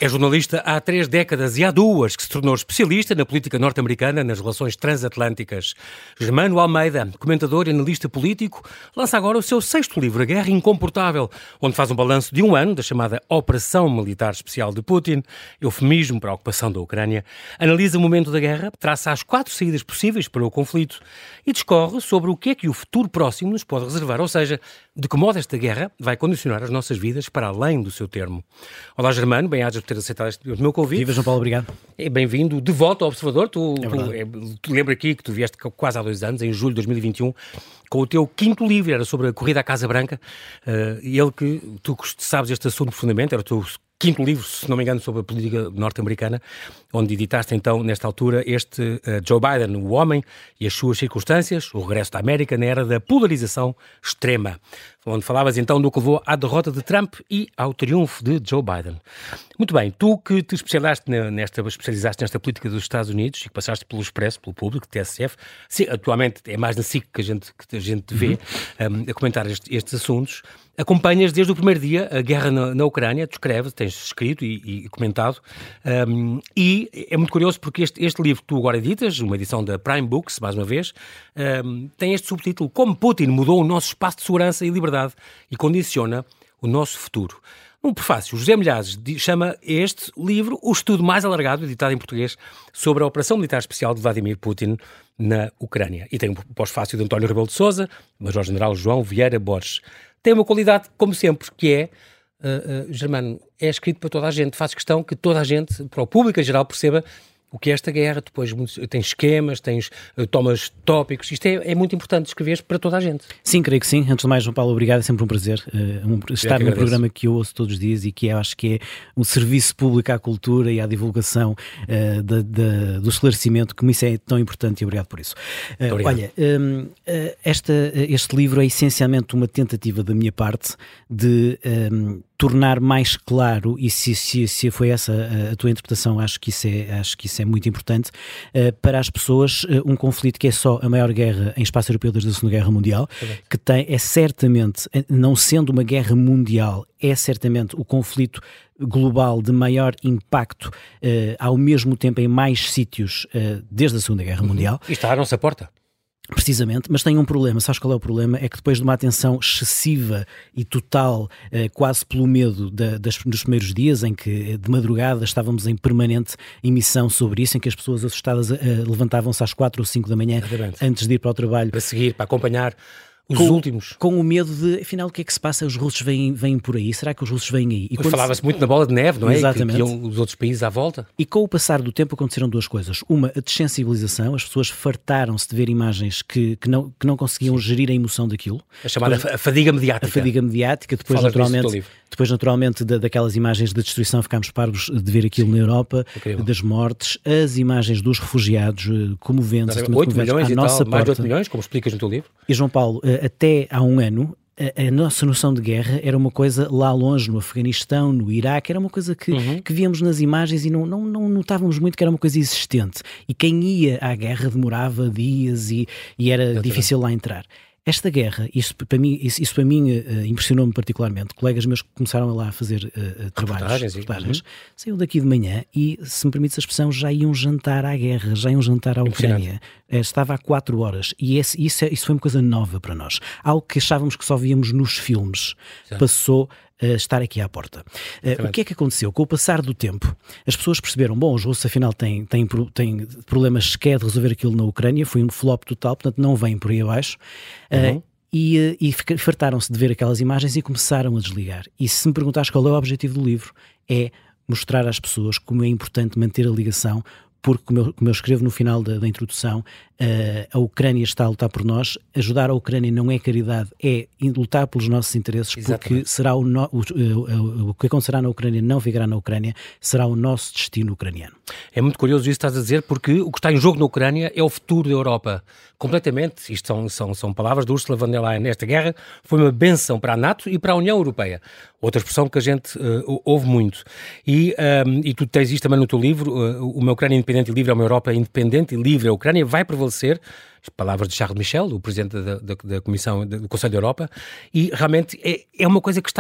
É jornalista há 3 décadas e há 2 que se tornou especialista na política norte-americana, nas relações transatlânticas. Germano Almeida, comentador e analista político, lança agora o seu 6º livro, A Guerra Incomportável, onde faz um balanço de 1 ano da chamada Operação Militar Especial de Putin, eufemismo para a ocupação da Ucrânia, analisa o momento da guerra, traça as 4 saídas possíveis para o conflito e discorre sobre o que é que o futuro próximo nos pode reservar, ou seja, de que modo esta guerra vai condicionar as nossas vidas para além do seu termo. Olá, Germano, bem-ajas por ter aceitado este meu convite. Viva, João Paulo, obrigado. Bem-vindo de volta ao Observador. Tu lembra aqui que tu vieste quase há 2 anos, em julho de 2021, com o teu 5º livro, era sobre a corrida à Casa Branca, e ele que tu sabes este assunto profundamente, era o teu 5º livro, se não me engano, sobre a política norte-americana, onde editaste então, nesta altura, este Joe Biden, o homem e as suas circunstâncias, o regresso da América na era da polarização extrema, onde falavas então do que levou à derrota de Trump e ao triunfo de Joe Biden. Muito bem, tu que te especializaste nesta política dos Estados Unidos e que passaste pelo Expresso, pelo Público, TSF, atualmente é mais na SIC que a gente vê a comentar estes assuntos, acompanhas desde o primeiro dia a guerra na Ucrânia, tu escreves, tens escrito e comentado, e é muito curioso porque este livro que tu agora editas, uma edição da Prime Books, mais uma vez, tem este subtítulo: Como Putin mudou o nosso espaço de segurança e liberdade e condiciona o nosso futuro. No prefácio, José Milhazes chama este livro o estudo mais alargado, editado em português, sobre a Operação Militar Especial de Vladimir Putin na Ucrânia. E tem um pós-fácio de António Rebelo de Sousa, Major-General João Vieira Borges. Tem uma qualidade, como sempre, que é, Germano, é escrito para toda a gente. Faz questão que toda a gente, para o público em geral, perceba o que é esta guerra. Depois tens esquemas, tomas tópicos. Isto é muito importante escrever para toda a gente. Sim, creio que sim. Antes de mais, João Paulo, obrigado. É sempre um prazer estar num programa que eu ouço todos os dias e que eu acho que é um serviço público à cultura e à divulgação do esclarecimento, como isso é tão importante, e obrigado por isso. Olha, este livro é essencialmente uma tentativa da minha parte de tornar mais claro, e se foi essa a tua interpretação, acho que isso é muito importante, para as pessoas, um conflito que é só a maior guerra em espaço europeu desde a Segunda Guerra Mundial, que é certamente, não sendo uma guerra mundial, é certamente o conflito global de maior impacto, ao mesmo tempo em mais sítios, desde a Segunda Guerra Mundial. E está à nossa porta. Precisamente, mas tem um problema. Sabes qual é o problema? É que depois de uma atenção excessiva e total, quase pelo medo dos primeiros dias, em que de madrugada estávamos em permanente emissão sobre isso, em que as pessoas assustadas levantavam-se às 4 ou 5 da manhã antes de ir para o trabalho. Para seguir, para acompanhar os últimos. Com o medo de, afinal, o que é que se passa? Os russos vêm por aí? Será que os russos vêm aí? E falava-se muito na bola de neve, não é? Exatamente. Que iam os outros países à volta. E com o passar do tempo aconteceram 2 coisas. Uma, a dessensibilização. As pessoas fartaram-se de ver imagens que não conseguiam gerir a emoção daquilo. A chamada fadiga mediática. A fadiga mediática. Depois, naturalmente, daquelas imagens de destruição, ficámos parvos de ver aquilo na Europa, das mortes, as imagens dos refugiados comoventes. 8 milhões e tal, mais de 8 milhões, como explicas no teu livro. E, João Paulo, até há 1 ano, a nossa noção de guerra era uma coisa lá longe, no Afeganistão, no Iraque, era uma coisa que víamos nas imagens e não notávamos muito que era uma coisa existente. E quem ia à guerra demorava dias e era difícil lá entrar. Esta guerra, isso para mim impressionou-me particularmente. Colegas meus que começaram lá a fazer reportagens, saíam daqui de manhã e, se me permites a expressão, já iam jantar à guerra, já iam jantar à Ucrânia. Estava há 4 horas e isso foi uma coisa nova para nós. Algo que achávamos que só víamos nos filmes, passou a estar aqui à porta. O que é que aconteceu? Com o passar do tempo, as pessoas perceberam, os russos afinal têm problemas sequer de resolver aquilo na Ucrânia, foi um flop total, portanto não vêm por aí abaixo. E fartaram-se de ver aquelas imagens e começaram a desligar. E se me perguntares qual é o objetivo do livro, é mostrar às pessoas como é importante manter a ligação, porque, como eu escrevo no final da introdução, a Ucrânia está a lutar por nós. Ajudar a Ucrânia não é caridade, é lutar pelos nossos interesses. Exatamente. Porque será o que acontecerá na Ucrânia não ficará na Ucrânia, será o nosso destino ucraniano. É muito curioso isso que estás a dizer, porque o que está em jogo na Ucrânia é o futuro da Europa. Completamente. Isto são palavras de Ursula von der Leyen. Esta guerra foi uma bênção para a NATO e para a União Europeia. Outra expressão que a gente ouve muito. E tu tens isto também no teu livro, Uma Ucrânia Independente e Livre é uma Europa Independente e Livre. A Ucrânia vai prevalecer, palavras de Charles Michel, o presidente da Comissão do Conselho da Europa, e realmente é uma coisa que está aqui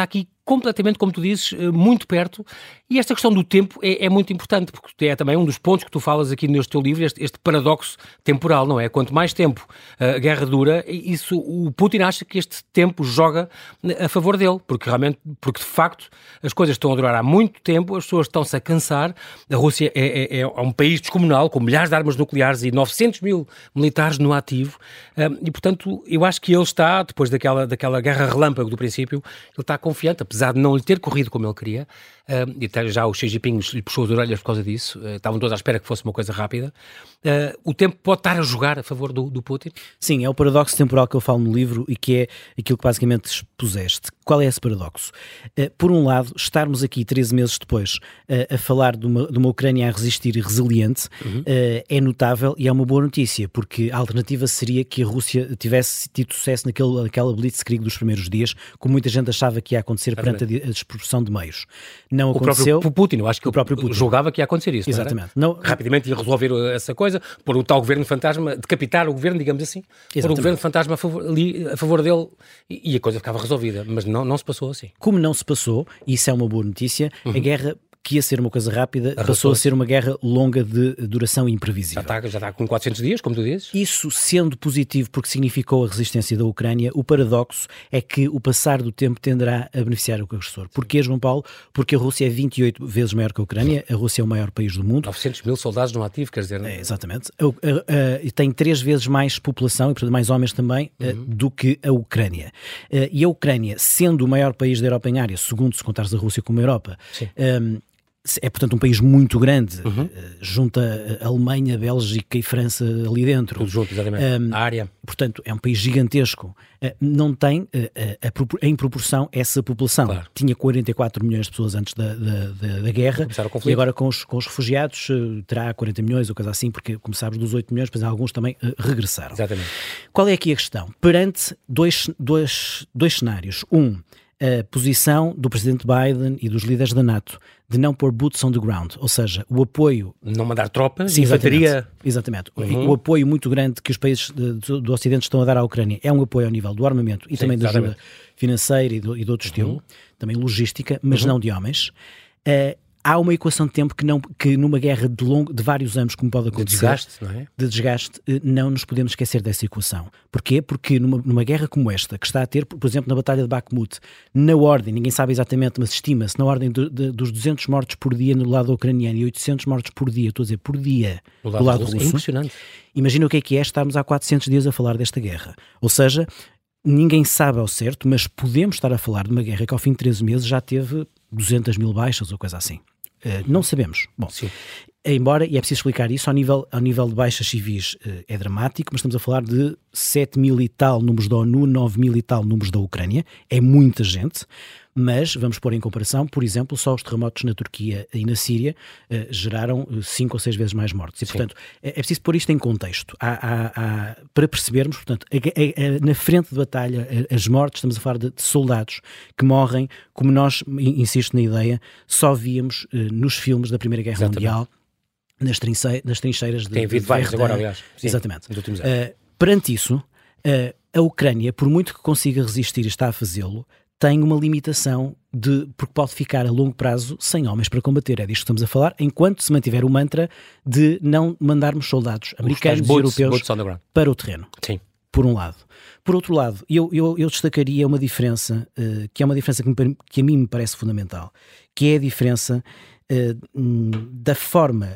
completamente, como tu dizes, muito perto, e esta questão do tempo é muito importante, porque é também um dos pontos que tu falas aqui neste teu livro, este paradoxo temporal, não é? Quanto mais tempo a guerra dura, isso, o Putin acha que este tempo joga a favor dele, porque de facto as coisas estão a durar há muito tempo, as pessoas estão-se a cansar, a Rússia é um país descomunal, com milhares de armas nucleares e 900 mil militares no ativo, e portanto eu acho que ele está, depois daquela guerra relâmpago do princípio, ele está confiante, apesar de não lhe ter corrido como ele queria, e até já o Xi Jinping lhe puxou as orelhas por causa disso, estavam todos à espera que fosse uma coisa rápida. O tempo pode estar a jogar a favor do Putin? Sim, é o paradoxo temporal que eu falo no livro e que é aquilo que basicamente expuseste. Qual é esse paradoxo? Por um lado, estarmos aqui 13 meses depois a falar de uma Ucrânia a resistir e resiliente é notável e é uma boa notícia, porque a alternativa seria que a Rússia tivesse tido sucesso naquela blitzkrieg dos primeiros dias, como muita gente achava que ia acontecer perante a desproporção de meios. Não aconteceu. O próprio Putin, eu acho que o próprio Putin julgava que ia acontecer isso. Exatamente. Não, rapidamente ia resolver essa coisa, pôr o tal governo fantasma, decapitar o governo, digamos assim, pôr o governo fantasma a favor dele e a coisa ficava resolvida, mas não se passou assim. Como não se passou, e isso é uma boa notícia, a guerra, que ia ser uma coisa rápida, passou a ser uma guerra longa de duração e imprevisível. Já está com 400 dias, como tu dizes. Isso sendo positivo porque significou a resistência da Ucrânia, o paradoxo é que o passar do tempo tenderá a beneficiar o agressor. Porquê, João Paulo? Porque a Rússia é 28 vezes maior que a Ucrânia, a Rússia é o maior país do mundo. 900 mil soldados no ativo, quer dizer... Exatamente. Tem 3 vezes mais população, e portanto mais homens também, do que a Ucrânia. E a Ucrânia, sendo o maior país da Europa em área, segundo se contares a Rússia como a Europa... É, portanto, um país muito grande, junta a Alemanha, Bélgica e França ali dentro. Tudo junto, exatamente. A área. Portanto, é um país gigantesco. Não tem, em proporção, essa população. Claro. Tinha 44 milhões de pessoas antes da guerra. E agora com os refugiados terá 40 milhões ou coisa assim, porque, como sabes, dos 8 milhões, depois alguns também regressaram. Exatamente. Qual é aqui a questão? Perante dois cenários. A posição do presidente Biden e dos líderes da NATO de não pôr boots on the ground, ou seja, o apoio... Não mandar tropas, infantaria... Exatamente. O apoio muito grande que os países do Ocidente estão a dar à Ucrânia é um apoio ao nível do armamento e também da ajuda financeira e de outro estilo, também logística, mas não de homens. Há uma equação de tempo que numa guerra de vários anos, como pode acontecer, de desgaste, não nos podemos esquecer dessa equação. Porquê? Porque numa guerra como esta, que está a ter, por exemplo, na Batalha de Bakhmut, na ordem, ninguém sabe exatamente, mas estima-se, na ordem dos 200 mortos por dia no lado ucraniano e 800 mortos por dia, estou a dizer, por dia, do lado russo. É impressionante. Imagina o que é estarmos há 400 dias a falar desta guerra. Ou seja, ninguém sabe ao certo, mas podemos estar a falar de uma guerra que ao fim de 13 meses já teve 200 mil baixas ou coisa assim. Não sabemos. Bom, sim. Embora, e é preciso explicar isso, ao nível de baixas civis é dramático, mas estamos a falar de 7 mil e tal números da ONU, 9 mil e tal números da Ucrânia, é muita gente, mas vamos pôr em comparação, por exemplo, só os terremotos na Turquia e na Síria geraram 5 ou 6 vezes mais mortes. E, portanto, é preciso pôr isto em contexto, para percebermos, portanto, na frente de batalha, as mortes, estamos a falar de soldados que morrem, como nós, insisto na ideia, só víamos nos filmes da Primeira Guerra Mundial, nas trincheiras de... Tem havido vários agora, aliás. Sim, exatamente. Perante isso, a Ucrânia, por muito que consiga resistir e está a fazê-lo, tem uma limitação porque pode ficar a longo prazo sem homens para combater. É disto que estamos a falar, enquanto se mantiver o mantra de não mandarmos soldados americanos e europeus para o terreno. Sim. Por um lado. Por outro lado, eu destacaria uma diferença, que é uma diferença que a mim me parece fundamental, que é a diferença da forma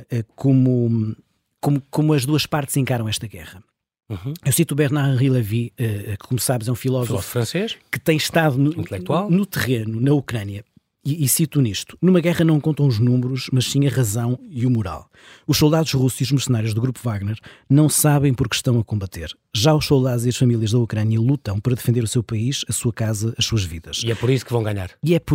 como as duas partes encaram esta guerra. Eu cito o Bernard-Henri Lévy, que, como sabes, é um filósofo francês, que tem estado no terreno, na Ucrânia. E cito nisto: numa guerra não contam os números, mas sim a razão e o moral. Os soldados russos e os mercenários do grupo Wagner não sabem por que estão a combater. Já os soldados e as famílias da Ucrânia lutam para defender o seu país, a sua casa, as suas vidas. E é por isso que vão ganhar.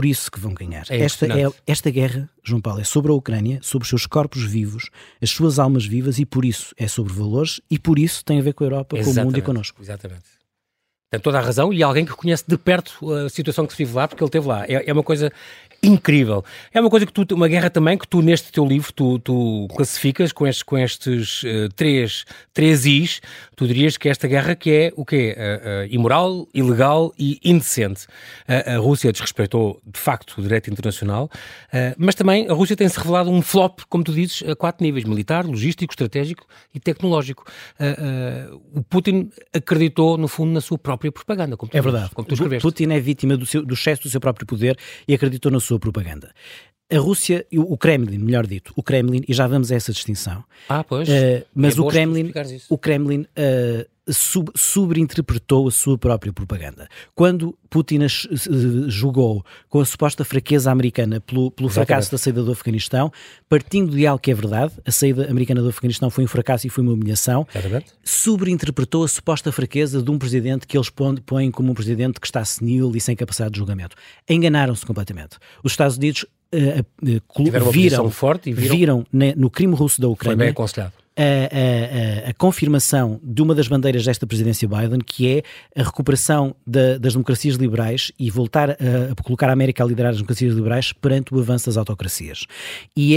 Esta guerra, João Paulo, é sobre a Ucrânia, sobre os seus corpos vivos, as suas almas vivas, e por isso é sobre valores, e por isso tem a ver com a Europa, com o mundo e connosco. Exatamente. Tem toda a razão, e alguém que conhece de perto a situação que se vive lá, porque ele esteve lá. É uma coisa... incrível. É uma coisa que uma guerra também que tu, neste teu livro, tu classificas com estes três Is. Tu dirias que esta guerra que é o quê? Imoral, ilegal e indecente. A Rússia desrespeitou, de facto, o direito internacional, mas também a Rússia tem-se revelado um flop, como tu dizes, a 4 níveis: militar, logístico, estratégico e tecnológico. O Putin acreditou, no fundo, na sua própria propaganda, como tu, como tu escreveste. Putin é vítima do excesso do seu próprio poder e acreditou na sua propaganda. A Rússia, o Kremlin, melhor dito, o Kremlin, e já vamos a essa distinção. Pois. Mas o Kremlin sobreinterpretou a sua própria propaganda. Quando Putin julgou com a suposta fraqueza americana pelo fracasso da saída do Afeganistão, partindo de algo que é verdade, a saída americana do Afeganistão foi um fracasso e foi uma humilhação, sobreinterpretou a suposta fraqueza de um presidente que eles põem como um presidente que está senil e sem capacidade de julgamento. Enganaram-se completamente. Os Estados Unidos viram no crime russo da Ucrânia, foi bem aconselhado, a confirmação de uma das bandeiras desta presidência Biden, que é a recuperação das democracias liberais e voltar a colocar a América a liderar as democracias liberais perante o avanço das autocracias. E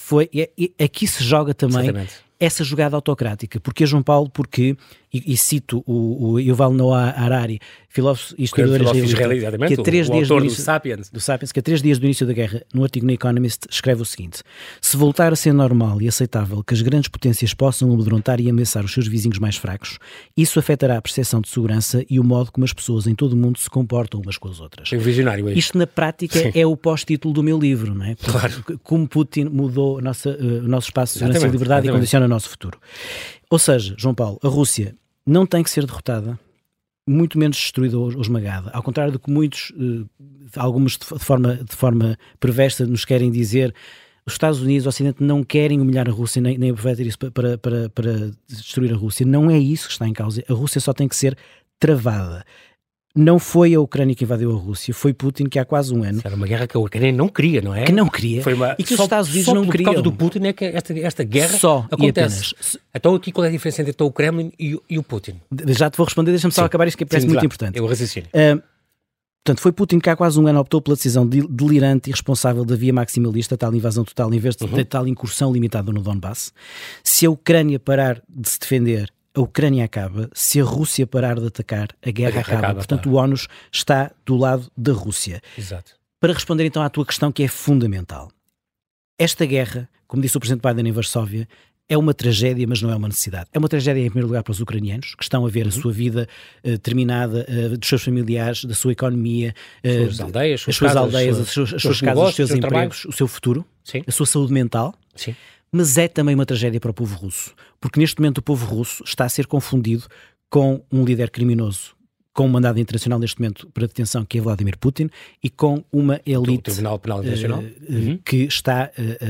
aqui se joga também essa jogada autocrática. Porquê, João Paulo? Porque, e cito o Yuval Noah Harari, filósofo e historiador israelita, que a 3 dias do Sapiens, que a 3 dias do início da guerra, no artigo no Economist, escreve o seguinte: se voltar a ser normal e aceitável que as grandes potências possam amedrontar e ameaçar os seus vizinhos mais fracos, isso afetará a percepção de segurança e o modo como as pessoas em todo o mundo se comportam umas com as outras. É visionário, isto na prática é o pós-título do meu livro, não é? Claro. Como Putin mudou o nosso espaço de segurança e liberdade e condiciona o nosso futuro. Ou seja, João Paulo, a Rússia não tem que ser derrotada, muito menos destruída ou esmagada. Ao contrário do que muitos, alguns de forma perversa nos querem dizer, os Estados Unidos, o Ocidente, não querem humilhar a Rússia nem aproveitar isso para destruir a Rússia. Não é isso que está em causa. A Rússia só tem que ser travada. Não foi a Ucrânia que invadiu a Rússia, foi Putin que há quase um ano... Era uma guerra que a Ucrânia não queria, não é? Que não queria, e que os Estados Unidos não queriam. Só por causa do Putin é que esta guerra acontece. Então aqui qual é a diferença entre o Kremlin e o Putin? Já te vou responder, deixa-me só acabar isto que parece muito importante. Eu raciocínio. Portanto, foi Putin que há quase um ano optou pela decisão delirante e responsável da via maximalista, tal invasão total, em vez de tal incursão limitada no Donbass. Se a Ucrânia parar de se defender, a Ucrânia acaba. Se a Rússia parar de atacar, a guerra acaba. Portanto, o ónus está do lado da Rússia. Exato. Para responder então à tua questão, que é fundamental. Esta guerra, como disse o Presidente Biden em Varsóvia, é uma tragédia, mas não é uma necessidade. É uma tragédia, em primeiro lugar, para os ucranianos, que estão a ver a sua vida terminada, dos seus familiares, da sua economia, as suas aldeias, as suas casas, os seus empregos, o seu futuro, a sua saúde mental. Sim. Mas é também uma tragédia para o povo russo, porque neste momento o povo russo está a ser confundido com um líder criminoso, com um mandado internacional neste momento para detenção, que é Vladimir Putin, e com uma elite Tribunal Penal Internacional que está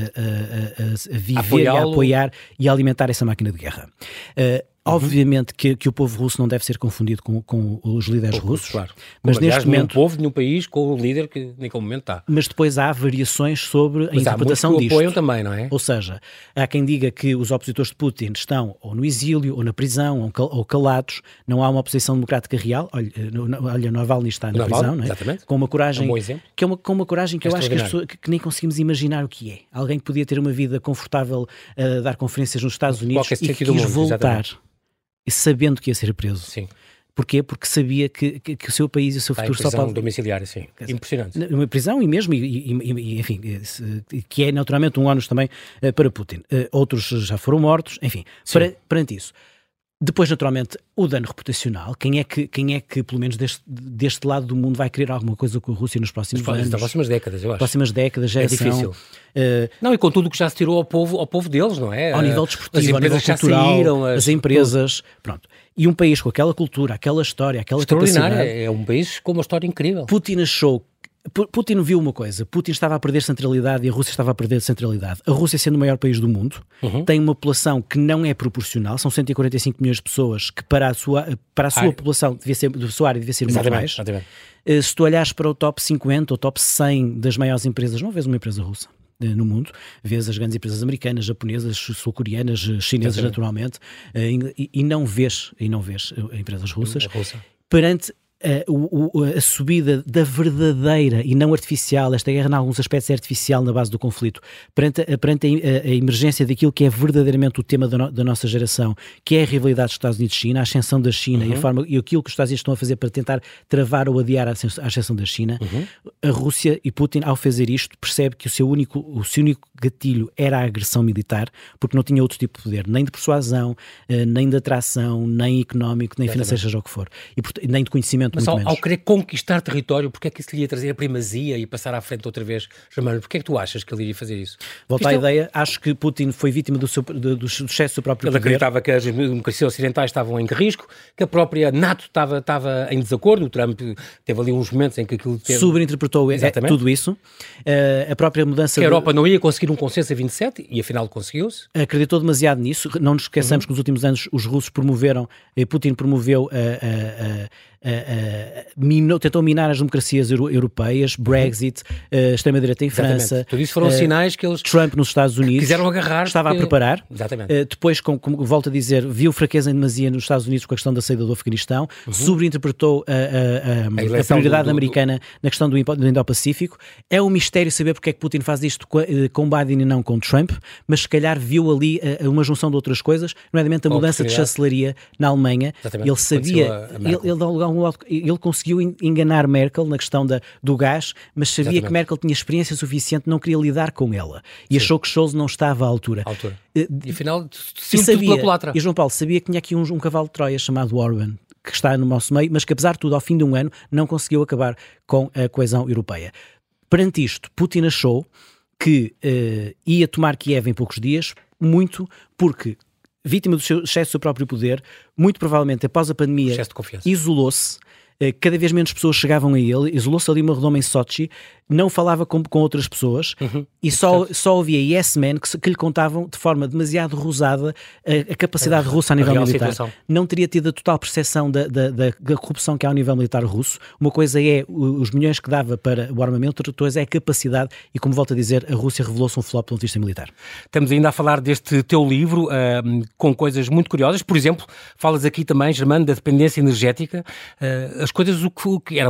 a viver, a apoiar e a alimentar essa máquina de guerra. Obviamente que o povo russo não deve ser confundido com os líderes russos, claro. Mas neste momento, nenhum povo, nenhum país com o líder que naquele momento está. Mas depois há variações sobre a interpretação disto. Apoiam também, não é? Ou seja, há quem diga que os opositores de Putin estão ou no exílio, ou na prisão, ou calados. Não há uma oposição democrática real. Olha, Navalny está na prisão, não é? Exatamente. Com uma coragem, é um bom exemplo. Com uma coragem que eu acho que as pessoas que nem conseguimos imaginar o que é. Alguém que podia ter uma vida confortável a dar conferências nos Estados Unidos e que quis voltar. E sabendo que ia ser preso. Sim. Porquê? Porque sabia que o seu país e o seu futuro só pode... prisão domiciliária, sim. Impressionante. Uma prisão e mesmo, enfim, que é naturalmente um ónus também para Putin. Outros já foram mortos, enfim, perante isso. Depois, naturalmente, o dano reputacional. Quem é que pelo menos deste lado do mundo, vai querer alguma coisa com a Rússia nos próximos anos? Nas próximas décadas, eu acho. Próximas décadas, já é difícil. Não, e com tudo o que já se tirou ao povo deles, não é? Ao nível desportivo, ao nível cultural, as empresas, pronto. E um país com aquela cultura, aquela história, aquela capacidade... É um país com uma história incrível. Putin viu uma coisa, Putin estava a perder centralidade e a Rússia estava a perder centralidade. A Rússia, sendo o maior país do mundo, tem uma população que não é proporcional, são 145 milhões de pessoas, que para a sua população, da sua área, devia ser muito mais. Se tu olhares para o top 50 ou top 100 das maiores empresas, não vês uma empresa russa no mundo, vês as grandes empresas americanas, japonesas, sul-coreanas, chinesas, naturalmente, e não vês empresas russas. Perante a subida da verdadeira e não artificial, esta guerra em alguns aspectos é artificial na base do conflito, perante a emergência daquilo que é verdadeiramente o tema da nossa geração, que é a rivalidade dos Estados Unidos e China, a ascensão da China e aquilo que os Estados Unidos estão a fazer para tentar travar ou adiar a ascensão da China, a Rússia e Putin, ao fazer isto, percebe que o seu único gatilho era a agressão militar, porque não tinha outro tipo de poder, nem de persuasão, nem de atração, nem económico, nem financeiro, seja o que for, e nem de conhecimento. Mas ao querer conquistar território, porque é que isso lhe ia trazer a primazia e passar à frente outra vez? Germano, porque é que tu achas que ele iria fazer isso? Volta à ideia, acho que Putin foi vítima do excesso do seu próprio poder. Ele acreditava que as democracias ocidentais estavam em risco, que a própria NATO estava em desacordo, o Trump teve ali uns momentos em que aquilo teve... Sobreinterpretou tudo isso. A própria mudança... Que a Europa não ia conseguir um consenso a 27 e afinal conseguiu-se. Acreditou demasiado nisso. Não nos esqueçamos que nos últimos anos os russos Putin promoveu tentou minar as democracias europeias, Brexit, extrema-direita em França. Tudo isso foram sinais que eles... Trump nos Estados Unidos quiseram agarrar. Estava a preparar. Exatamente. Depois, como volto a dizer, viu fraqueza em demasia nos Estados Unidos com a questão da saída do Afeganistão, sobreinterpretou a prioridade americana na questão do Indo-Pacífico. É um mistério saber porque é que Putin faz isto com Biden e não com Trump, mas se calhar viu ali uma junção de outras coisas, nomeadamente a mudança de chancelaria na Alemanha. Exatamente. Ele sabia, ele conseguiu enganar Merkel na questão do gás, mas sabia que Merkel tinha experiência suficiente, não queria lidar com ela. E achou que Scholz não estava à altura. E afinal, tudo pela culatra. E João Paulo sabia que tinha aqui um cavalo de Troia chamado Orban, que está no nosso meio, mas que apesar de tudo, ao fim de um ano, não conseguiu acabar com a coesão europeia. Perante isto, Putin achou que ia tomar Kiev em poucos dias, muito porque, vítima do excesso do seu próprio poder, muito provavelmente após a pandemia, isolou-se, cada vez menos pessoas chegavam a ele, isolou-se ali uma redoma em Sochi, não falava com outras pessoas e só ouvia yes men que lhe contavam de forma demasiado rosada a capacidade russa a nível militar. Situação. Não teria tido a total percepção da corrupção que há ao nível militar russo. Uma coisa é os milhões que dava para o armamento, outra coisa é a capacidade e, como volto a dizer, a Rússia revelou-se um flop do ponto de vista militar. Estamos ainda a falar deste teu livro com coisas muito curiosas. Por exemplo, falas aqui também, Germano, da dependência energética. As coisas, o que era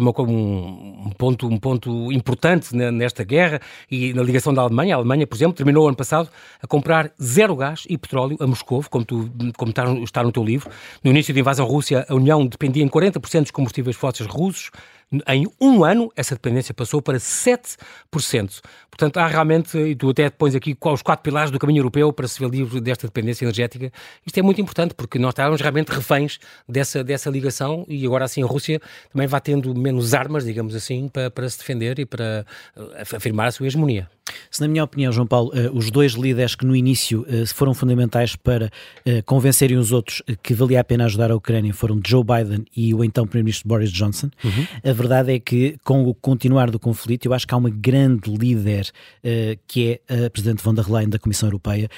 um ponto importante nesta guerra e na ligação da Alemanha. A Alemanha, por exemplo, terminou o ano passado a comprar zero gás e petróleo a Moscovo, como está no teu livro. No início da invasão russa, a União dependia em 40% dos combustíveis fósseis russos. Em um ano, essa dependência passou para 7%. Portanto, há realmente, e tu até pões aqui os 4 pilares do caminho europeu para se ver livre desta dependência energética. Isto é muito importante, porque nós estávamos realmente reféns dessa ligação e agora assim a Rússia também vai tendo menos armas, digamos assim, para se defender e para afirmar a sua hegemonia. Se na minha opinião, João Paulo, os dois líderes que no início foram fundamentais para convencerem os outros que valia a pena ajudar a Ucrânia foram Joe Biden e o então Primeiro-Ministro Boris Johnson. A verdade é que com o continuar do conflito eu acho que há uma grande líder que é a Presidente von der Leyen da Comissão Europeia,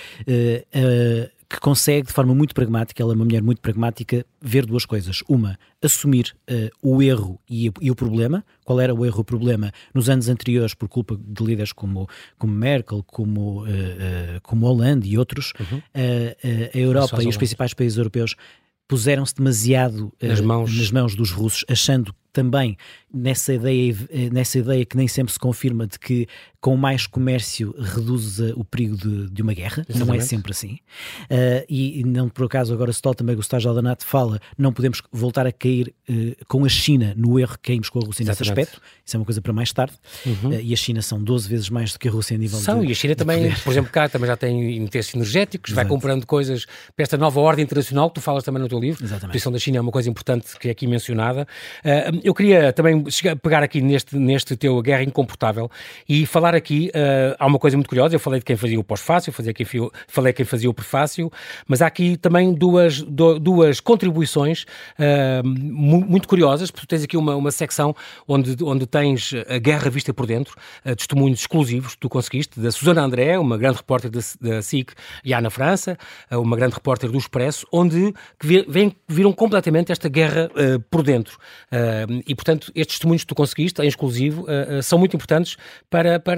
que consegue de forma muito pragmática, ela é uma mulher muito pragmática, ver duas coisas. Uma, assumir o erro e o problema. Qual era o erro e o problema nos anos anteriores por culpa de líderes como Merkel, como Hollande e outros. A Europa e os principais países europeus puseram-se demasiado nas mãos dos russos, achando também nessa ideia que nem sempre se confirma de que com mais comércio reduz o perigo de uma guerra. Exatamente. Não é sempre assim. E não por acaso agora Stoltenberg, o estágio da NATO, fala não podemos voltar a cair com a China no erro que caímos com a Rússia nesse aspecto. Isso é uma coisa para mais tarde. E a China são 12 vezes mais do que a Rússia a nível e a China também, por exemplo, cá também já tem interesses energéticos, vai comprando coisas para esta nova ordem internacional que tu falas também no teu livro. Exatamente. A posição da China é uma coisa importante que é aqui mencionada. Eu queria também pegar aqui neste teu Guerra Incomportável e falar aqui, há uma coisa muito curiosa, eu falei de quem fazia o pós-fácil, falei quem fazia o prefácio, mas há aqui também duas contribuições muito curiosas, porque tu tens aqui uma secção onde tens a guerra vista por dentro, testemunhos exclusivos que tu conseguiste, da Susana André, uma grande repórter da SIC e na França, uma grande repórter do Expresso, onde viram completamente esta guerra por dentro. E, portanto, estes testemunhos que tu conseguiste, em exclusivo, são muito importantes para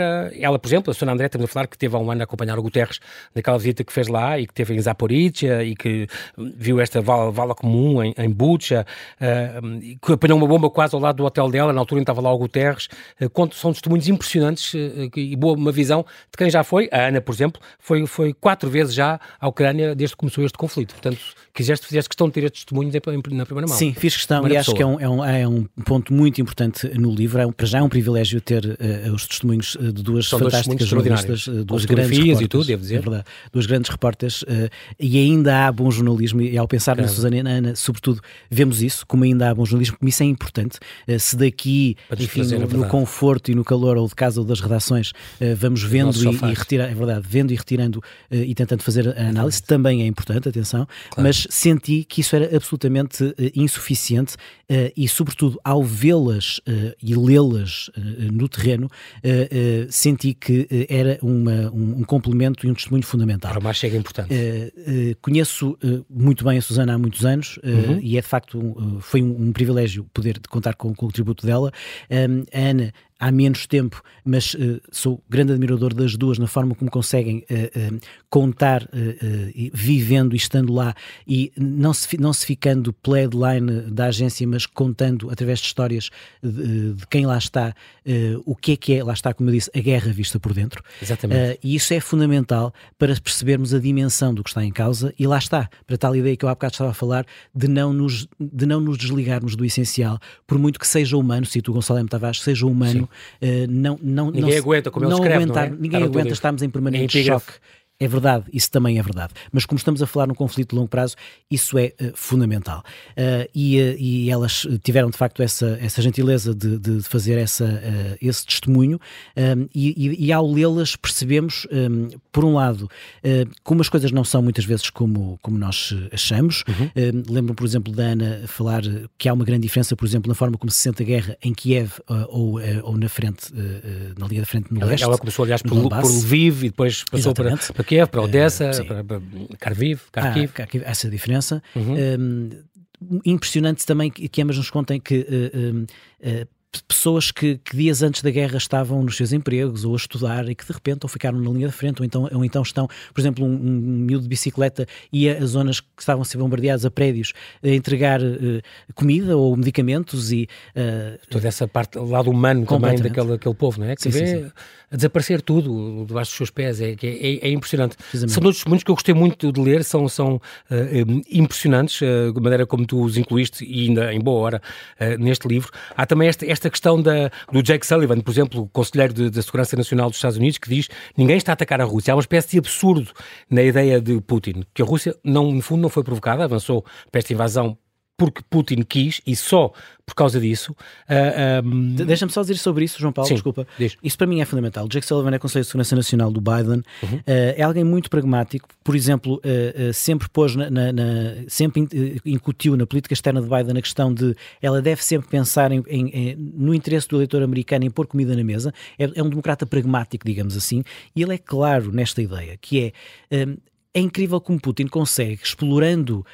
era... Ela, por exemplo, a Susana André, estamos a falar que teve há um ano a acompanhar o Guterres naquela visita que fez lá e que teve em Zaporizhia e que viu esta vala comum em Bucha, que apanhou uma bomba quase ao lado do hotel dela, na altura em que estava lá o Guterres. São testemunhos impressionantes e uma visão de quem já foi. A Ana, por exemplo, foi 4 vezes já à Ucrânia desde que começou este conflito. Portanto, fizeste questão de ter estes testemunhos na primeira mão. Sim, fiz questão e acho que é um ponto muito importante no livro. Para já é um privilégio ter os testemunhos de duas fantásticas jornalistas, duas grandes repórteres, e tudo, devo dizer. É verdade, duas grandes repórteres, e ainda há bom jornalismo, e ao pensar na Susana e na Ana, sobretudo, vemos isso, como ainda há bom jornalismo, como isso é importante. Se daqui, enfim, no conforto e no calor, ou de casa ou das redações, vamos vendo e retirando e tentando fazer a análise, também é importante, atenção, mas senti que isso era absolutamente insuficiente e, sobretudo, ao vê-las e lê-las no terreno, senti que era um complemento e um testemunho fundamental. Para mais chega importante. Conheço muito bem a Susana há muitos anos e é de facto foi um privilégio poder contar com o tributo dela. A Ana, há menos tempo, mas sou grande admirador das duas na forma como conseguem contar, vivendo e estando lá, e não se ficando pela headline da agência, mas contando através de histórias de quem lá está, o que é, lá está, como eu disse, a guerra vista por dentro. Exatamente. E isso é fundamental para percebermos a dimensão do que está em causa, e lá está, para tal ideia que eu há bocado estava a falar, de não nos desligarmos do essencial, por muito que seja humano, cito o Gonçalo M. Tavares, seja humano. Ninguém aguenta, como ele escreve, não é? Ninguém aguenta, estamos em permanente choque. É verdade, isso também é verdade. Mas como estamos a falar num conflito de longo prazo, isso é fundamental. E elas tiveram, de facto, essa gentileza de fazer esse testemunho, e ao lê-las percebemos, por um lado, como as coisas não são muitas vezes como nós achamos. Lembro, por exemplo, da Ana falar que há uma grande diferença, por exemplo, na forma como se sente a guerra em Kiev ou na frente, na linha da frente no leste. Ela começou, aliás, por Lviv e depois passou para Kiev, para Odessa, para Kharkiv. Essa diferença. Impressionante também que ambas nos contem que pessoas que dias antes da guerra estavam nos seus empregos ou a estudar e que de repente ou ficaram na linha da frente ou então estão, por exemplo, um miúdo de bicicleta ia a zonas que estavam a ser bombardeadas, a prédios, a entregar comida ou medicamentos e... toda essa parte, o lado humano também daquele povo, não é? Que vê a desaparecer tudo debaixo dos seus pés, é impressionante. São dois testemunhos que eu gostei muito de ler, são impressionantes, a maneira como tu os incluíste e ainda em boa hora neste livro. Há também esta questão do Jake Sullivan, por exemplo, o conselheiro da Segurança Nacional dos Estados Unidos, que diz ninguém está a atacar a Rússia. Há uma espécie de absurdo na ideia de Putin, que a Rússia, no fundo, não foi provocada, avançou para esta invasão porque Putin quis e só por causa disso. Deixa-me só dizer sobre isso, João Paulo, sim, desculpa. Diz. Isso para mim é fundamental. Jake Sullivan é Conselheiro de Segurança Nacional do Biden, é alguém muito pragmático, por exemplo, sempre pôs sempre incutiu na política externa de Biden a questão de ela deve sempre pensar no interesse do eleitor americano em pôr comida na mesa. É um democrata pragmático, digamos assim, e ele é claro nesta ideia, que é incrível como Putin consegue, explorando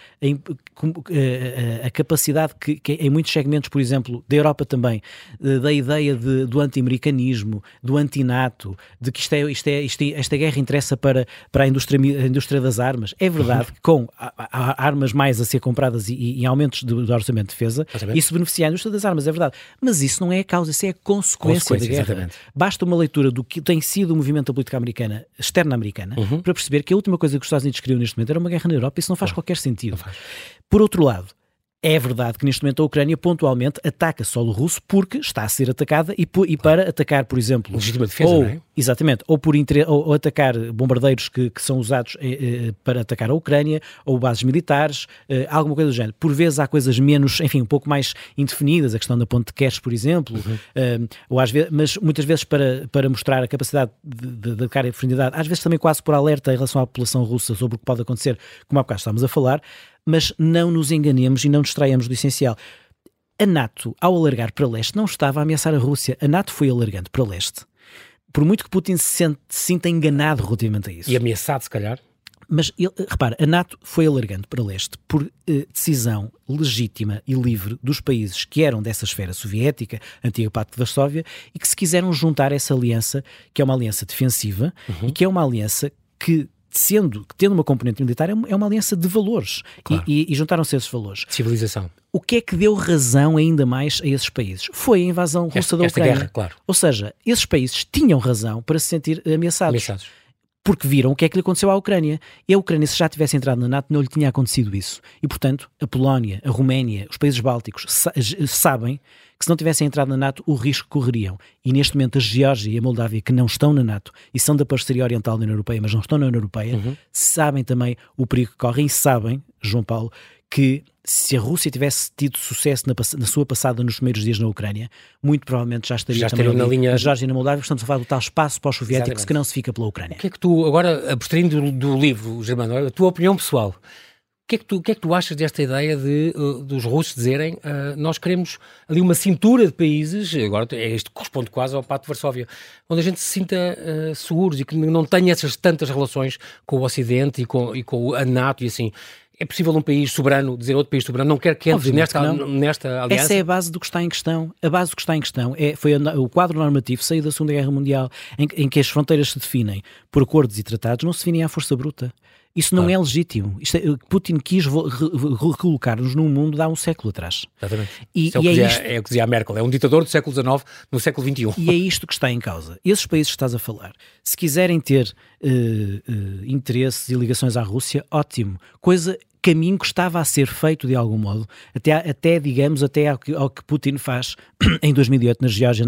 a capacidade que em muitos segmentos, por exemplo, da Europa também, da ideia do anti-americanismo, do anti-NATO, de que esta guerra interessa para a indústria das armas. É verdade que com armas mais a ser compradas e aumentos do orçamento de defesa, isso beneficia a indústria das armas, é verdade. Mas isso não é a causa, isso é a consequência da guerra. Exatamente. Basta uma leitura do que tem sido o movimento da política americana, externa americana, para perceber que a última coisa que os Estados Unidos queriam neste momento era uma guerra na Europa. Isso não faz qualquer sentido. Por outro lado, é verdade que neste momento a Ucrânia pontualmente ataca solo russo porque está a ser atacada e para atacar, por exemplo... Legítima defesa, não é? Exatamente. Ou atacar bombardeiros que são usados para atacar a Ucrânia, ou bases militares, alguma coisa do género. Por vezes há coisas menos, enfim, um pouco mais indefinidas, a questão da ponte de Kerch, por exemplo, ou às vezes, mas muitas vezes para mostrar a capacidade de atacar a profundidade, às vezes também quase por alerta em relação à população russa sobre o que pode acontecer, como há bocado estamos a falar. Mas não nos enganemos e não nos distraímos do essencial. A NATO, ao alargar para leste, não estava a ameaçar a Rússia. A NATO foi alargando para leste. Por muito que Putin se sinta enganado relativamente a isso. E ameaçado, se calhar. Mas, repara, a NATO foi alargando para leste por decisão legítima e livre dos países que eram dessa esfera soviética, antiga Pacto de Varsóvia, e que se quiseram juntar a essa aliança, que é uma aliança defensiva, e que é uma aliança que, tendo uma componente militar, é uma aliança de valores. Claro. E juntaram-se esses valores. Civilização. O que é que deu razão ainda mais a esses países? Foi a invasão russa da Ucrânia. Guerra, claro. Ou seja, esses países tinham razão para se sentir ameaçados. Porque viram o que é que lhe aconteceu à Ucrânia. E a Ucrânia, se já tivesse entrado na NATO, não lhe tinha acontecido isso. E, portanto, a Polónia, a Roménia, os países bálticos sabem que se não tivessem entrado na NATO, o risco que correriam. E neste momento a Geórgia e a Moldávia, que não estão na NATO e são da parceria oriental da União Europeia, mas não estão na União Europeia, sabem também o perigo que correm e sabem, João Paulo, que se a Rússia tivesse tido sucesso na sua passada nos primeiros dias na Ucrânia, muito provavelmente já estaria também na linha... na Geórgia e na Moldávia. Estamos a falar do tal espaço pós-soviético que não se fica pela Ucrânia. O que é que tu, agora, abstraindo do livro, Germano, a tua opinião pessoal, o que é que tu achas desta ideia dos russos dizerem nós queremos ali uma cintura de países, agora isto corresponde quase ao Pacto de Varsóvia, onde a gente se sinta seguros e que não tenha essas tantas relações com o Ocidente e com a NATO e assim... É possível um país soberano dizer outro país soberano não quer que entre nesta aliança? Essa é a base do que está em questão. A base do que está em questão foi o quadro normativo saído da Segunda Guerra Mundial, em que as fronteiras se definem por acordos e tratados, não se definem à força bruta. Isso não é legítimo. Putin quis recolocar-nos num mundo de há um século atrás. Exatamente. É o que dizia a Merkel. É um ditador do século XIX no século XXI. E é isto que está em causa. Esses países que estás a falar, se quiserem ter interesses e ligações à Rússia, ótimo. Caminho que estava a ser feito de algum modo, até digamos, ao que Putin faz em 2008 na Geórgia,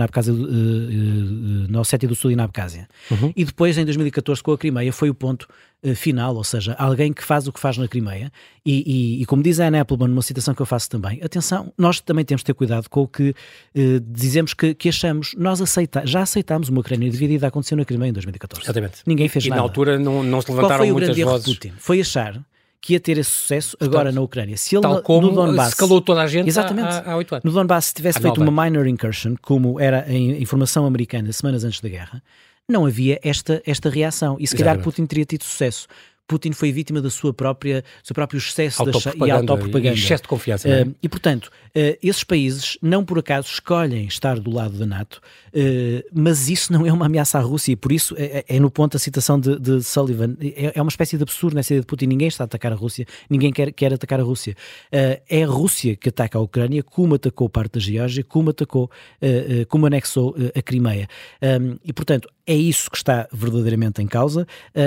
na Ossétia do Sul e na Abcásia. E depois, em 2014, com a Crimeia, foi o ponto final, ou seja, alguém que faz o que faz na Crimeia. E como diz a Anne Applebaum, numa citação que eu faço também, atenção, nós também temos de ter cuidado com o que dizemos que achamos. Nós já aceitámos uma Ucrânia dividida, aconteceu na Crimeia em 2014. Exatamente. Ninguém fez nada. E na altura não se levantaram muitas vozes. Qual foi o grande erro de Putin? Foi achar que ia ter esse sucesso agora na Ucrânia. Se ele, tal como no Donbass, se calou toda a gente há 8 anos. No Donbass, se tivesse feito uma minor incursion, como era a informação americana semanas antes da guerra, não havia esta reação. E se calhar Putin teria tido sucesso. Putin foi vítima do seu próprio excesso e autopropaganda. E excesso de confiança. Não é? E, portanto, esses países não por acaso escolhem estar do lado da NATO, mas isso não é uma ameaça à Rússia e por isso é no ponto a citação de Sullivan. É uma espécie de absurdo nessa ideia de Putin. Ninguém está a atacar a Rússia, ninguém quer atacar a Rússia. É a Rússia que ataca a Ucrânia, como atacou parte da Geórgia, como anexou a Crimeia. E, portanto, é isso que está verdadeiramente em causa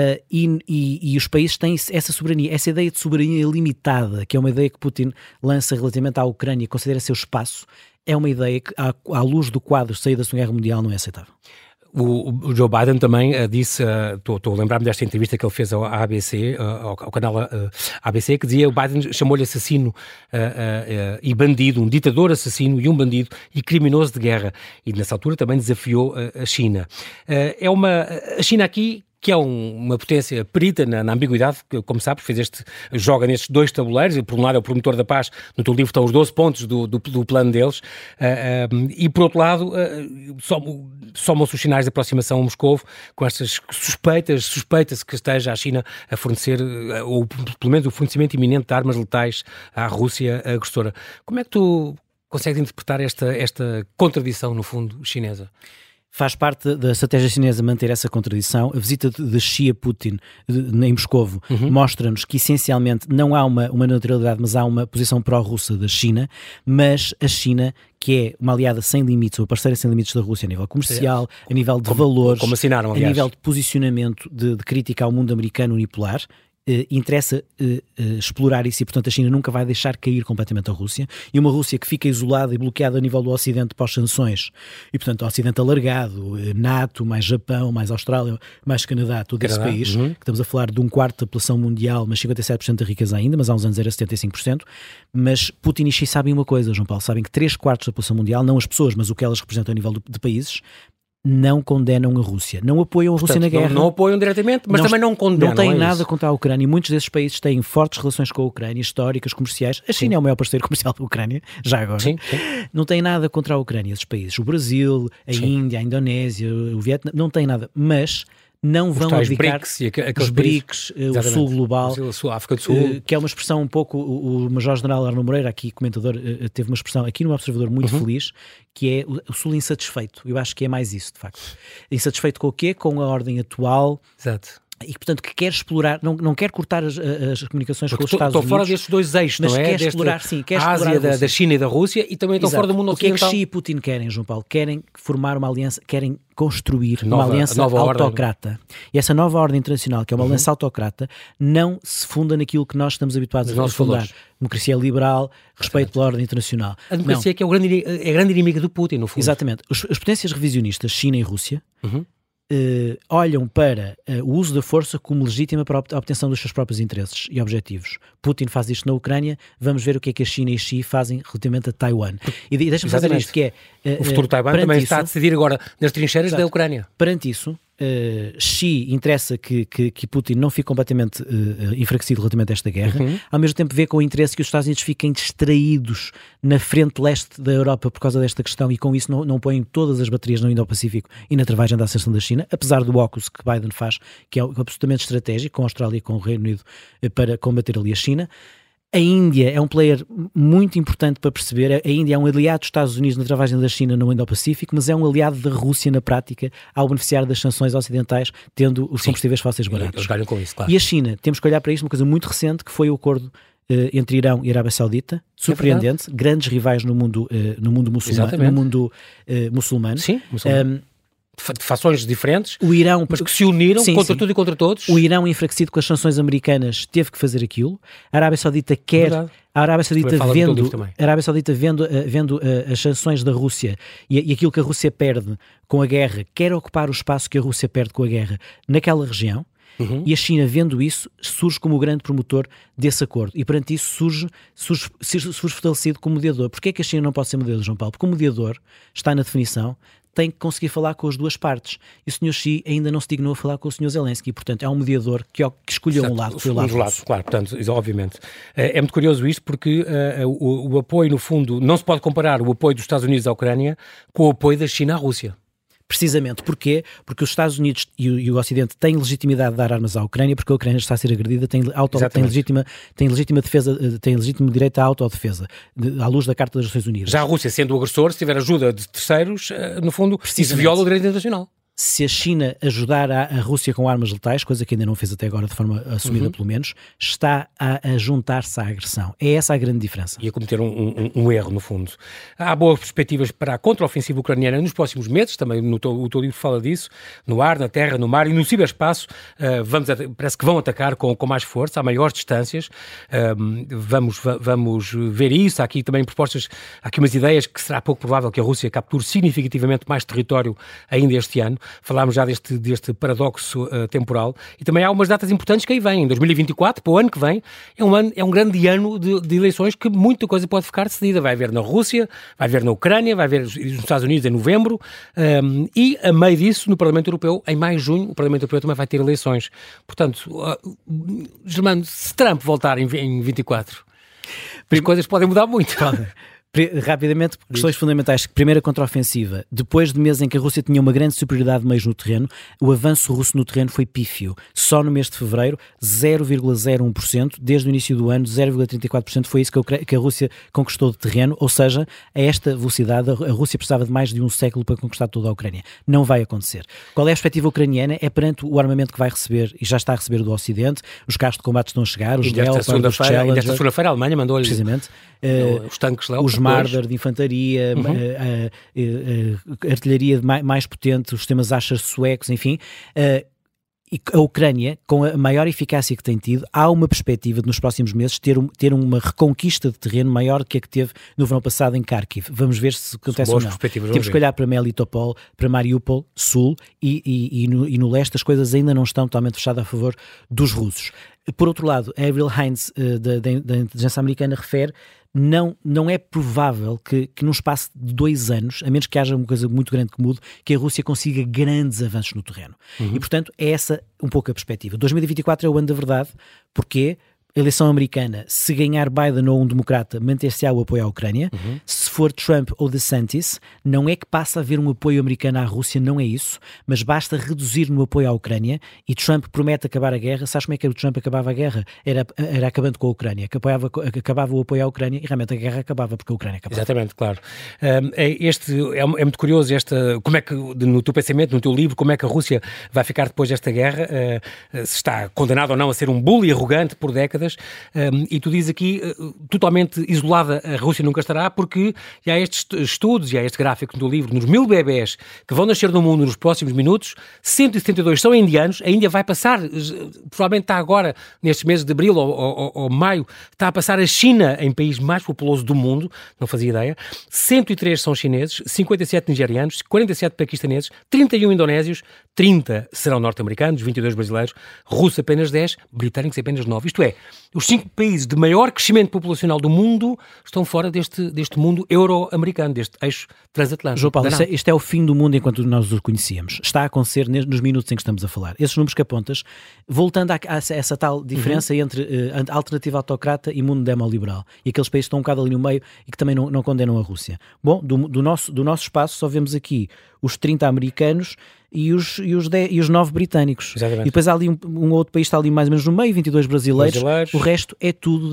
e os países têm essa soberania, essa ideia de soberania limitada, que é uma ideia que Putin lança relativamente à Ucrânia, considera seu espaço, é uma ideia que, à luz do quadro de saída da Segunda Guerra Mundial, não é aceitável. O Joe Biden também disse, estou a lembrar-me desta entrevista que ele fez ao ABC, ao canal ABC, que dizia, o Biden chamou-lhe assassino e bandido, um ditador assassino e um bandido e criminoso de guerra. E nessa altura também desafiou a China. A China aqui, que é uma potência perita na ambiguidade, que, como sabes, joga nestes dois tabuleiros, por um lado é o promotor da paz, no teu livro estão os 12 pontos do plano deles, e por outro lado somam-se os sinais de aproximação a Moscovo, com estas suspeita-se que esteja a China a fornecer, ou pelo menos o fornecimento iminente de armas letais à Rússia agressora. Como é que tu consegues interpretar esta contradição, no fundo, chinesa? Faz parte da estratégia chinesa manter essa contradição. A visita de Xi a Putin em Moscovo mostra-nos que essencialmente não há uma neutralidade, mas há uma posição pró-russa da China, mas a China, que é uma aliada sem limites, ou parceira sem limites da Rússia a nível comercial, a nível de valores, como assinaram, aliás, a nível de posicionamento de crítica ao mundo americano unipolar, interessa explorar isso e, portanto, a China nunca vai deixar cair completamente a Rússia, e uma Rússia que fica isolada e bloqueada a nível do Ocidente pós-sanções, e, portanto, o Ocidente alargado, NATO, mais Japão, mais Austrália, mais Canadá, todo esse país, que estamos a falar de 1/4 da população mundial, mas 57% da riqueza ainda, mas há uns anos era 75%, mas Putin e Xi sabem uma coisa, João Paulo, sabem que 3/4 da população mundial, não as pessoas, mas o que elas representam a nível de países, não condenam a Rússia, não apoiam a Rússia na guerra. Não apoiam diretamente, mas também não condenam. Não têm nada contra a Ucrânia, e muitos desses países têm fortes relações com a Ucrânia, históricas, comerciais. A China é o maior parceiro comercial da Ucrânia, já agora. Sim. Não têm nada contra a Ucrânia, esses países. O Brasil, a Índia, a Indonésia, o Vietnã, não têm nada, mas não vão abdicar os BRICS, o Sul Global, a África do Sul, que é uma expressão um pouco, o Major-General Arno Moreira, aqui comentador, teve uma expressão aqui no Observador muito feliz, que é o Sul insatisfeito. Eu acho que é mais isso, de facto. Insatisfeito com o quê? Com a ordem atual. Exato. E, portanto, que quer explorar, não quer cortar as comunicações com os Estados Unidos. Estou fora destes dois eixos, mas não é? Quer explorar, sim, quer a Ásia, explorar da China e da Rússia, e também estão fora do mundo ocidental. O que é que Xi e Putin querem, João Paulo? Querem formar uma aliança, querem construir uma aliança autocrata. Ordem. E essa nova ordem internacional, que é uma aliança autocrata, não se funda naquilo que nós estamos habituados a fundar. Valores. Democracia liberal, respeito pela ordem internacional. A democracia que é a grande inimiga do Putin, no fundo. Exatamente. As potências revisionistas, China e Rússia, olham para o uso da força como legítima para a obtenção dos seus próprios interesses e objetivos. Putin faz isto na Ucrânia, vamos ver o que é que a China e Xi fazem relativamente a Taiwan. E deixa-me fazer isto, que é... o futuro de Taiwan também está a decidir agora nas trincheiras da Ucrânia. Perante isso, Xi interessa que Putin não fique completamente enfraquecido relativamente a esta guerra, ao mesmo tempo vê com interesse que os Estados Unidos fiquem distraídos na frente leste da Europa por causa desta questão e com isso não põem todas as baterias no Indo-Pacífico e na travagem da ascensão da China, apesar do AUKUS que Biden faz, que é absolutamente estratégico, com a Austrália e com o Reino Unido para combater ali a China. A Índia é um player muito importante para perceber. A Índia é um aliado dos Estados Unidos na travagem da China no Indo-Pacífico, mas é um aliado da Rússia na prática ao beneficiar das sanções ocidentais, tendo os combustíveis fósseis baratos. Eles ganham com isso, claro. E a China, temos que olhar para isto, uma coisa muito recente, que foi o acordo entre Irão e Arábia Saudita, surpreendente, grandes rivais no mundo muçulmano. Sim, muçulmano. De fações diferentes, o Irão, mas que se uniram contra tudo e contra todos. O Irão, enfraquecido com as sanções americanas, teve que fazer aquilo. A Arábia Saudita quer... A Arábia Saudita vendo as sanções da Rússia e aquilo que a Rússia perde com a guerra, quer ocupar o espaço que a Rússia perde com a guerra naquela região. E a China, vendo isso, surge como o grande promotor desse acordo. E perante isso surge fortalecido como mediador. Porquê é que a China não pode ser mediador, João Paulo? Porque o mediador está na definição, tem que conseguir falar com as duas partes. E o Sr. Xi ainda não se dignou a falar com o Sr. Zelensky. Portanto, é um mediador que escolheu um lado. Foi o lado russo. Claro, portanto, obviamente. É muito curioso isto porque o apoio, no fundo, não se pode comparar o apoio dos Estados Unidos à Ucrânia com o apoio da China à Rússia. Precisamente. Porquê? Porque os Estados Unidos e o Ocidente têm legitimidade de dar armas à Ucrânia, porque a Ucrânia está a ser agredida, tem legítima defesa, tem legítimo direito à autodefesa, à luz da Carta das Nações Unidas. Já a Rússia, sendo o agressor, se tiver ajuda de terceiros, no fundo, isso viola o direito internacional. Se a China ajudar a Rússia com armas letais, coisa que ainda não fez até agora de forma assumida pelo menos, está a juntar-se à agressão. É essa a grande diferença. E a cometer um erro, no fundo. Há boas perspectivas para a contraofensiva ucraniana nos próximos meses, também o teu livro fala disso, no ar, na terra, no mar e no ciberespaço. Parece que vão atacar com mais força, a maiores distâncias. Vamos ver isso. Há aqui também propostas, há aqui umas ideias que será pouco provável que a Rússia capture significativamente mais território ainda este ano. Falámos já deste paradoxo temporal e também há umas datas importantes que aí vêm. Em 2024, para o ano que vem, é um grande ano de eleições que muita coisa pode ficar decidida. Vai haver na Rússia, vai haver na Ucrânia, vai haver nos Estados Unidos em novembro e a meio disso, no Parlamento Europeu, em maio e junho, o Parlamento Europeu também vai ter eleições. Portanto, Germano, se Trump voltar em 24, as coisas podem mudar muito. Rapidamente, questões fundamentais. Primeira contraofensiva. Depois de meses em que a Rússia tinha uma grande superioridade de meios no terreno, o avanço russo no terreno foi pífio. Só no mês de fevereiro, 0,01%. Desde o início do ano, 0,34% foi isso que a Rússia conquistou de terreno. Ou seja, a esta velocidade, a Rússia precisava de mais de um século para conquistar toda a Ucrânia. Não vai acontecer. Qual é a perspectiva ucraniana? É perante o armamento que vai receber, e já está a receber do Ocidente. Os carros de combate estão a chegar, os Leopard, os Challenger. Desta segunda-feira a Alemanha mandou-lhe precisamente os tanques Leopard, os Marder de infantaria, artilharia mais potente, os sistemas Asher suecos, enfim. E a Ucrânia, com a maior eficácia que tem tido, há uma perspectiva de nos próximos meses ter uma reconquista de terreno maior do que a que teve no verão passado em Kharkiv. Vamos ver se acontece ou não. Temos que olhar para Melitopol, para Mariupol, sul, e no leste as coisas ainda não estão totalmente fechadas a favor dos russos. Por outro lado, a Avril Haines, da inteligência americana, refere não é provável que num espaço de 2 anos, a menos que haja uma coisa muito grande que mude, que a Rússia consiga grandes avanços no terreno. E, portanto, é essa um pouco a perspectiva. 2024 é o ano da verdade. Porquê? A eleição americana, se ganhar Biden ou um democrata, manter-se-á o apoio à Ucrânia. Se for Trump ou DeSantis, não é que passa a haver um apoio americano à Rússia, não é isso, mas basta reduzir no apoio à Ucrânia, e Trump promete acabar a guerra. Sabes como é que o Trump acabava a guerra? Era acabando com a Ucrânia, que acabava o apoio à Ucrânia e realmente a guerra acabava porque a Ucrânia acabava. Exatamente, claro. É muito curioso como é que, no teu pensamento, no teu livro, como é que a Rússia vai ficar depois desta guerra, se está condenado ou não a ser um bully arrogante por décadas, e tu dizes aqui, totalmente isolada a Rússia nunca estará, porque há estes estudos e há este gráfico no livro, nos 1000 bebés que vão nascer no mundo nos próximos minutos, 172 são indianos. A Índia vai passar, provavelmente está agora, nestes meses de abril ou maio, está a passar a China em país mais populoso do mundo, não fazia ideia. 103 são chineses, 57 nigerianos, 47 paquistaneses, 31 indonésios, 30 serão norte-americanos, 22 brasileiros, russos apenas 10, britânicos apenas 9. Isto é, os 5 países de maior crescimento populacional do mundo estão fora deste mundo euro-americano, deste eixo transatlântico. João Paulo, isto é o fim do mundo enquanto nós o conhecíamos. Está a acontecer nos minutos em que estamos a falar. Esses números que apontas, voltando a essa tal diferença entre alternativa autocrata e mundo demoliberal, e aqueles países que estão um bocado ali no meio e que também não condenam a Rússia. Bom, do nosso espaço só vemos aqui os 30 americanos e os 9 britânicos. Exatamente. E depois há ali um outro país está ali mais ou menos no meio, 22 brasileiros. O resto é tudo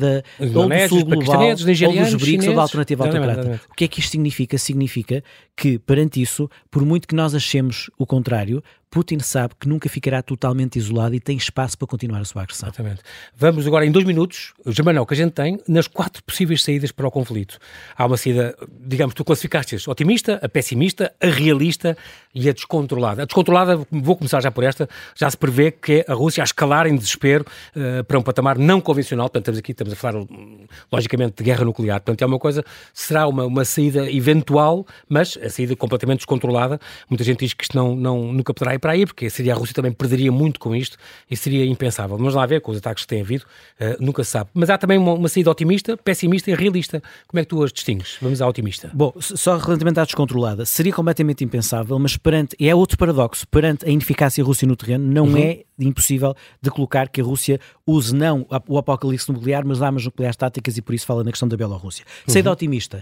ou do sul global, ou dos BRICS, ou da alternativa autocrata. O que é que isto significa? Significa que, perante isso, por muito que nós achemos o contrário, Putin sabe que nunca ficará totalmente isolado e tem espaço para continuar a sua agressão. Exatamente. Vamos agora, em 2 minutos, Germano, que a gente tem, nas 4 possíveis saídas para o conflito. Há uma saída, digamos, tu classificaste-as otimista, a pessimista, a realista e a descontrolada. A descontrolada, vou começar já por esta, já se prevê que é a Rússia a escalar em desespero para um patamar não convencional. Portanto, estamos a falar, logicamente, de guerra nuclear. Portanto, é uma coisa, será uma saída eventual, mas a saída completamente descontrolada. Muita gente diz que isto nunca poderá ir para aí, porque a Rússia também perderia muito com isto e seria impensável. Vamos lá ver, com os ataques que têm havido, nunca se sabe. Mas há também uma saída otimista, pessimista e realista. Como é que tu as distingues? Vamos à otimista. Bom, só relativamente à descontrolada, seria completamente impensável, mas é outro paradoxo, perante a ineficácia russa no terreno, não é impossível de colocar que a Rússia use não o apocalipse nuclear, mas armas nucleares táticas, e por isso fala na questão da Bielorrússia. Saída otimista.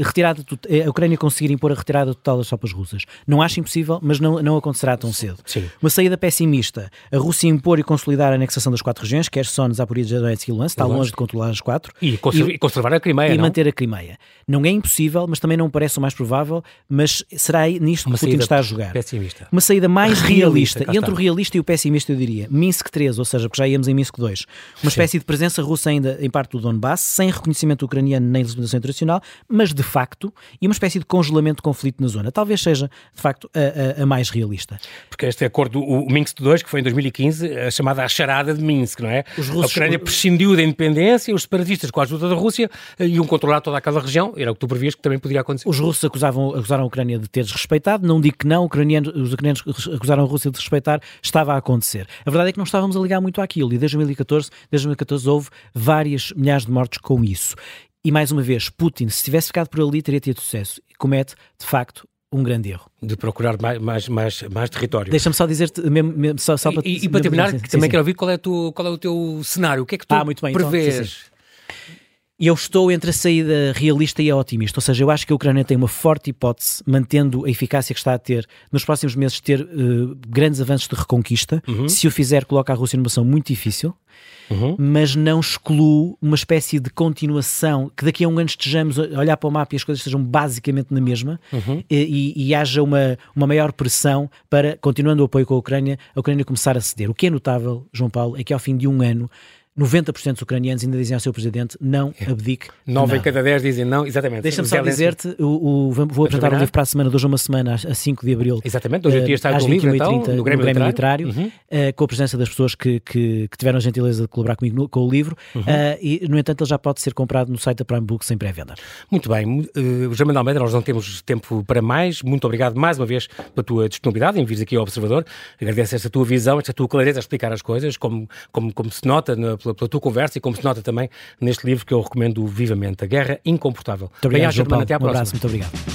A Ucrânia conseguir impor a retirada total das tropas russas. Não acho impossível, mas não acontecerá tão cedo. Sim. Uma saída pessimista. A Rússia impor e consolidar a anexação das 4 regiões, Kherson, Zaporizhia, Donetsk e Luhansk, está longe de controlar as 4. E conservar a Crimeia, e manter a Crimeia. Não é impossível, mas também não parece o mais provável, mas será nisto que Putin está a jogar. Pessimista. Uma saída mais realista. Entre o realista e o pessimista, eu diria. Minsk 3, ou seja, porque já íamos em Minsk 2. Uma espécie de presença russa ainda em parte do Donbass, sem reconhecimento ucraniano nem legislação internacional, mas de facto, e uma espécie de congelamento de conflito na zona. Talvez seja, de facto, a mais realista. Porque este acordo, o Minsk 2, que foi em 2015, a chamada charada de Minsk, não é? A Ucrânia prescindiu da independência, os separatistas, com a ajuda da Rússia, iam controlar toda aquela região. Era o que tu previas que também poderia acontecer. Os russos acusaram a Ucrânia de ter desrespeitado. Não digo que não, os ucranianos acusaram a Rússia de desrespeitar. Estava a acontecer. A verdade é que não estávamos a ligar muito àquilo, e desde 2014 houve várias milhares de mortes com isso. E mais uma vez, Putin, se tivesse ficado por ali, teria tido sucesso. Comete, de facto, um grande erro. De procurar mais território. Deixa-me só dizer-te, só para... E para terminar, também quero ouvir qual é o teu cenário. O que é que tu prevês? Então, eu estou entre a saída realista e a otimista, ou seja, eu acho que a Ucrânia tem uma forte hipótese, mantendo a eficácia que está a ter, nos próximos meses ter grandes avanços de reconquista. Se o fizer, coloca a Rússia numa situação muito difícil, mas não excluo uma espécie de continuação, que daqui a um ano estejamos a olhar para o mapa e as coisas estejam basicamente na mesma, e haja uma maior pressão para, continuando o apoio com a Ucrânia começar a ceder. O que é notável, João Paulo, é que ao fim de um ano 90% dos ucranianos ainda dizem ao seu presidente: não abdique. 9 em cada 10 dizem não, exatamente. Deixa-me só dizer-te, vou apresentar o livro para a semana, de hoje a uma semana, a 5 de abril. Exatamente, hoje em dia está às o livro, 21h30, no Grêmio Literário, com a presença das pessoas que tiveram a gentileza de colaborar comigo com o livro, e, no entanto, ele já pode ser comprado no site da Prime Books em pré-venda. Muito bem, Germano Almeida, nós não temos tempo para mais. Muito obrigado mais uma vez pela tua disponibilidade em vir aqui ao Observador. Agradeço esta tua visão, esta tua clareza a explicar as coisas, como se nota pela tua conversa, e como se nota também neste livro que eu recomendo vivamente, A Guerra Incomportável. Muito obrigado, Germano, até à próxima. Um abraço, muito obrigado.